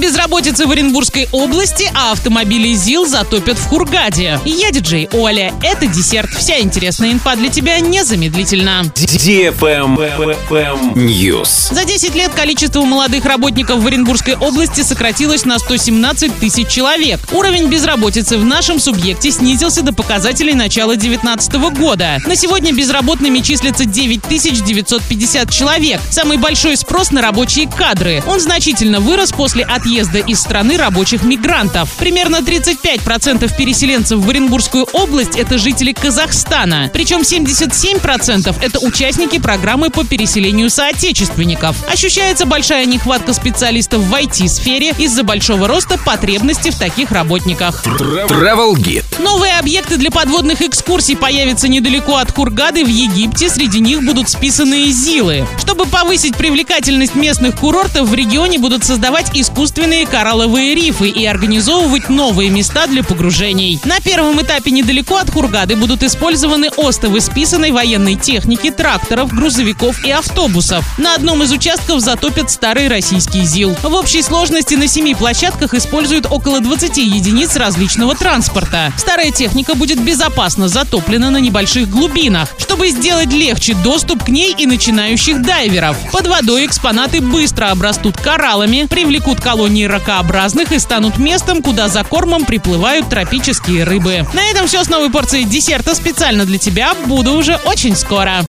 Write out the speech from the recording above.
безработицы в Оренбургской области, а автомобили ЗИЛ затопят в Хургаде. Я диджей Оля. Это десерт. Вся интересная инфа для тебя незамедлительно. News. За 10 лет количество молодых работников в Оренбургской области сократилось на 117 тысяч человек. Уровень безработицы в нашем субъекте снизился до показателей начала 2019 года. На сегодня безработными числится 9950 человек. Самый большой спрос на рабочие кадры. Он значительно вырос после отъезда из страны рабочих мигрантов. Примерно 35% переселенцев в Оренбургскую область – это жители Казахстана. Причем 77% – это участники программы по переселению соотечественников. Ощущается большая нехватка специалистов в IT-сфере из-за большого роста потребностей в таких работниках. Travel Guide. Новые объекты для подводных экскурсий появятся недалеко от Хургады в Египте. Среди них будут списанные ЗИЛы. Чтобы повысить привлекательность местных курортов, в регионе будут создавать искусственные коралловые рифы и организовывать новые места для погружений. На первом этапе недалеко от Хургады будут использованы остовы списанной военной техники, тракторов, грузовиков и автобусов. На одном из участков затопят старый российский ЗИЛ. В общей сложности на 7 площадках используют около 20 единиц различного транспорта. Старая техника будет безопасно затоплена на небольших глубинах, чтобы сделать легче доступ к ней и начинающих дайверов. Под водой экспонаты быстро обрастут кораллами, привлекут колонии ракообразных и станут местом, куда за кормом приплывают тропические рыбы. На этом все с новой порцией десерта специально для тебя. Буду уже очень скоро.